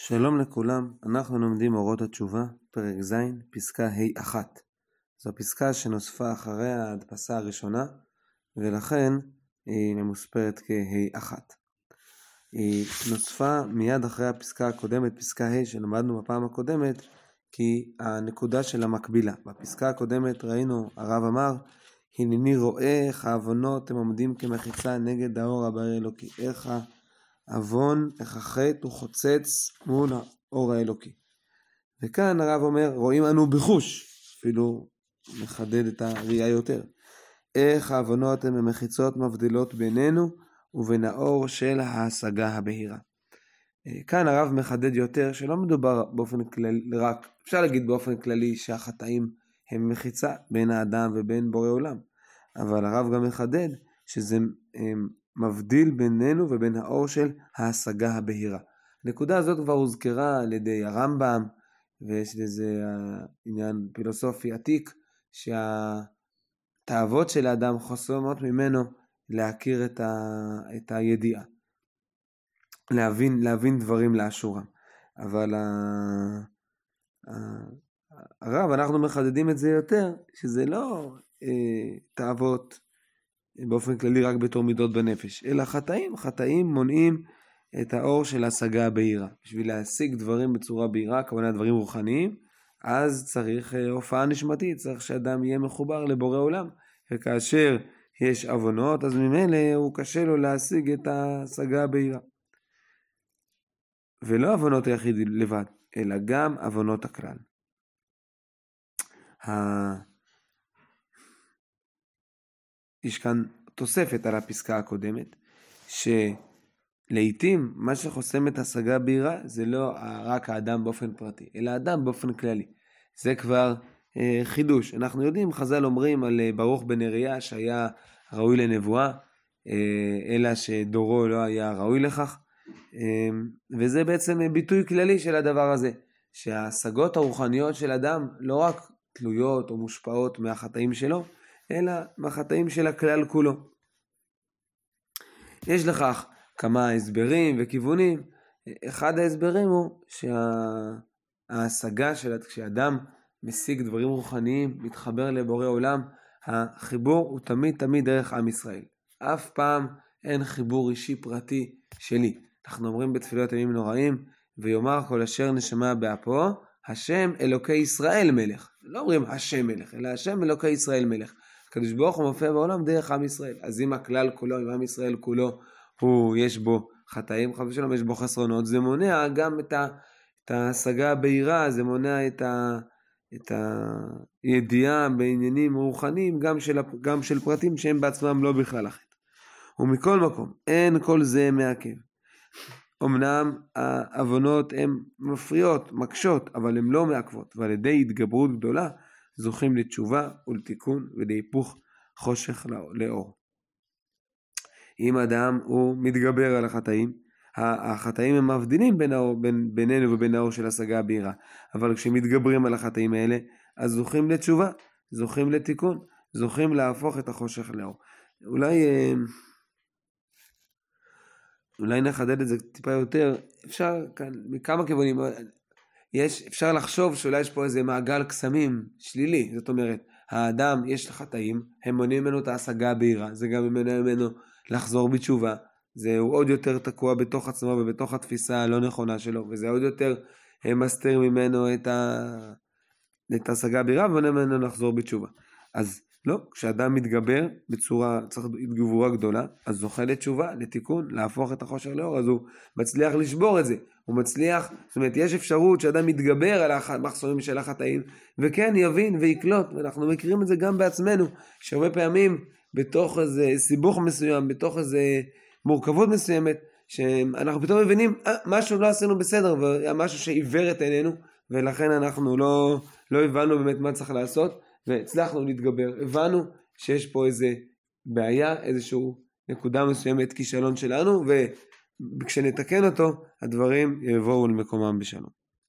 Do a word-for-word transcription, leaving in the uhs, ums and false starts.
שלום לכולם, אנחנו לומדים אורות התשובה, פרק ז', פסקה ה' אחת. זו הפסקה שנוספה אחרי ההדפסה הראשונה, ולכן היא ממוספרת כה' אחת. היא נוספה מיד אחרי הפסקה הקודמת, פסקה ה' שלמדנו בפעם הקודמת, כי הנקודה של המקבילה. בפסקה הקודמת ראינו, הרב אמר, הנני רואה איך העוונות הם עומדים כמחיצה נגד האור הבאר אלוקי, איך העוון, איך החטא הוא חוצץ מול האור האלוקי. וכאן הרב אומר, רואים אנו בחוש, אפילו מחדד את הראייה יותר, איך העוונות הם המחיצות מבדילות בינינו ובין האור של ההשגה הבהירה. כאן הרב מחדד יותר שלא מדובר באופן כללי, רק אפשר להגיד באופן כללי שהחטאים הם מחיצה בין האדם ובין בורא עולם, אבל הרב גם מחדד שזה מבדיל בינינו ובין האור של ההשגה הבהירה. הנקודה הזאת כבר הוזכרה על ידי הרמב"ם, ויש לזה עניין פילוסופי עתיק, שהתאוות של האדם חוסמות ממנו להכיר את, ה, את הידיעה, להבין, להבין דברים לאשורם. אבל ה, ה, הרב, אנחנו מחדדים את זה יותר, שזה לא אה, תאוות באופן כללי רק בתור מידות בנפש, אלא חטאים, חטאים מונעים את האור של ההשגה הבהירה. בשביל להשיג דברים בצורה בהירה, כמובן דברים רוחניים, אז צריך הופעה נשמתית, צריך שאדם יהיה מחובר לבורא עולם, וכאשר יש עוונות, אז ממילא הוא קשה לו להשיג את ההשגה הבהירה. ולא עוונות היחיד לבד, אלא גם עוונות הכלל. יש כאן תוספת על הפסקה הקודמת, שלעיתים מה שחוסם את ההשגה הבהירה זה לא רק האדם באופן פרטי, אלא האדם באופן כללי. זה כבר אה, חידוש. אנחנו יודעים, חז"ל אומרים על ברוך בן נריה שהיה ראוי לנבואה, אה, אלא שדורו לא היה ראוי לכך, אה, וזה בעצם ביטוי כללי של הדבר הזה, שההשגות הרוחניות של אדם לא רק תלויות או מושפעות מהחטאים שלו, אלא מהחטאים של הכלל כולו. יש לכך כמה הסברים וכיוונים. אחד ההסברים הוא שההשגה של כשאדם משיג דברים רוחניים, מתחבר לבורא עולם, החיבור הוא תמיד תמיד דרך עם ישראל. אף פעם אין חיבור אישי פרטי שלי. אנחנו אומרים בתפילות ימים נוראים, ויאמר כל אשר נשמע באפו, השם אלוקי ישראל מלך. לא אומרים השם מלך, אלא השם אלוקי ישראל מלך. הקדוש ברוך הוא מופיע בעולם דרך עם ישראל. אז אם הכלל כולו, אם עם ישראל כולו, הוא יש בו חטאים, חס ושלום, יש בו חסרונות, זה מונע גם את, ה, את ההשגה הבהירה, זה מונע את, ה, את הידיעה בעניינים רוחניים, גם של, גם של פרטים שהם בעצמם לא בכלל החטא. ומכל מקום, אין כל זה מעכב. אמנם העוונות הן מפריעות, מקשות, אבל הן לא מעכבות, ועל ידי התגברות גדולה, זוכים לתשובה ולתיקון ולהיפוך חושך לאור. אם אדם הוא מתגבר על החטאים, החטאים הם מבדילים בין האור, בין, בינינו ובין האור של השגה הבהירה, אבל כשמתגברים על החטאים האלה, אז זוכים לתשובה, זוכים לתיקון, זוכים להפוך את החושך לאור. אולי, אולי נחדד את זה טיפה יותר, אפשר כאן מכמה כיוונים, יש, אפשר לחשוב שאולי יש פה איזה מעגל קסמים שלילי, זאת אומרת, האדם יש חטאים, הם מונעים ממנו את ההשגה הבהירה, זה גם מונע ממנו לחזור בתשובה, זה הוא עוד יותר תקוע בתוך עצמו ובתוך התפיסה הלא נכונה שלו, וזה עוד יותר מסתיר ממנו את, ה... את ההשגה הבהירה ומונע ממנו לחזור בתשובה. אז לא, כשאדם מתגבר בצורה, צריך גבורה גדולה, אז זוכה לתשובה, לתיקון, להפוך את החושך לאור, אז הוא מצליח לשבור את זה, הוא מצליח, זאת אומרת, יש אפשרות שאדם מתגבר על המחסומים של החטאים, וכן יבין ויקלוט, ואנחנו מכירים את זה גם בעצמנו, שהרבה פעמים בתוך איזה סיבוך מסוים, בתוך איזה מורכבות מסוימת, שאנחנו פתאום מבינים, אה, משהו לא עשינו בסדר, ומשהו שעיוור את עינינו, ולכן אנחנו לא, לא הבנו באמת מה צריך לעשות, והצלחנו להתגבר, הבנו שיש פה איזה בעיה, איזשהו נקודה מסוימת כישלון שלנו, וכשנתקן אותו, הדברים יבואו למקומם בשלום.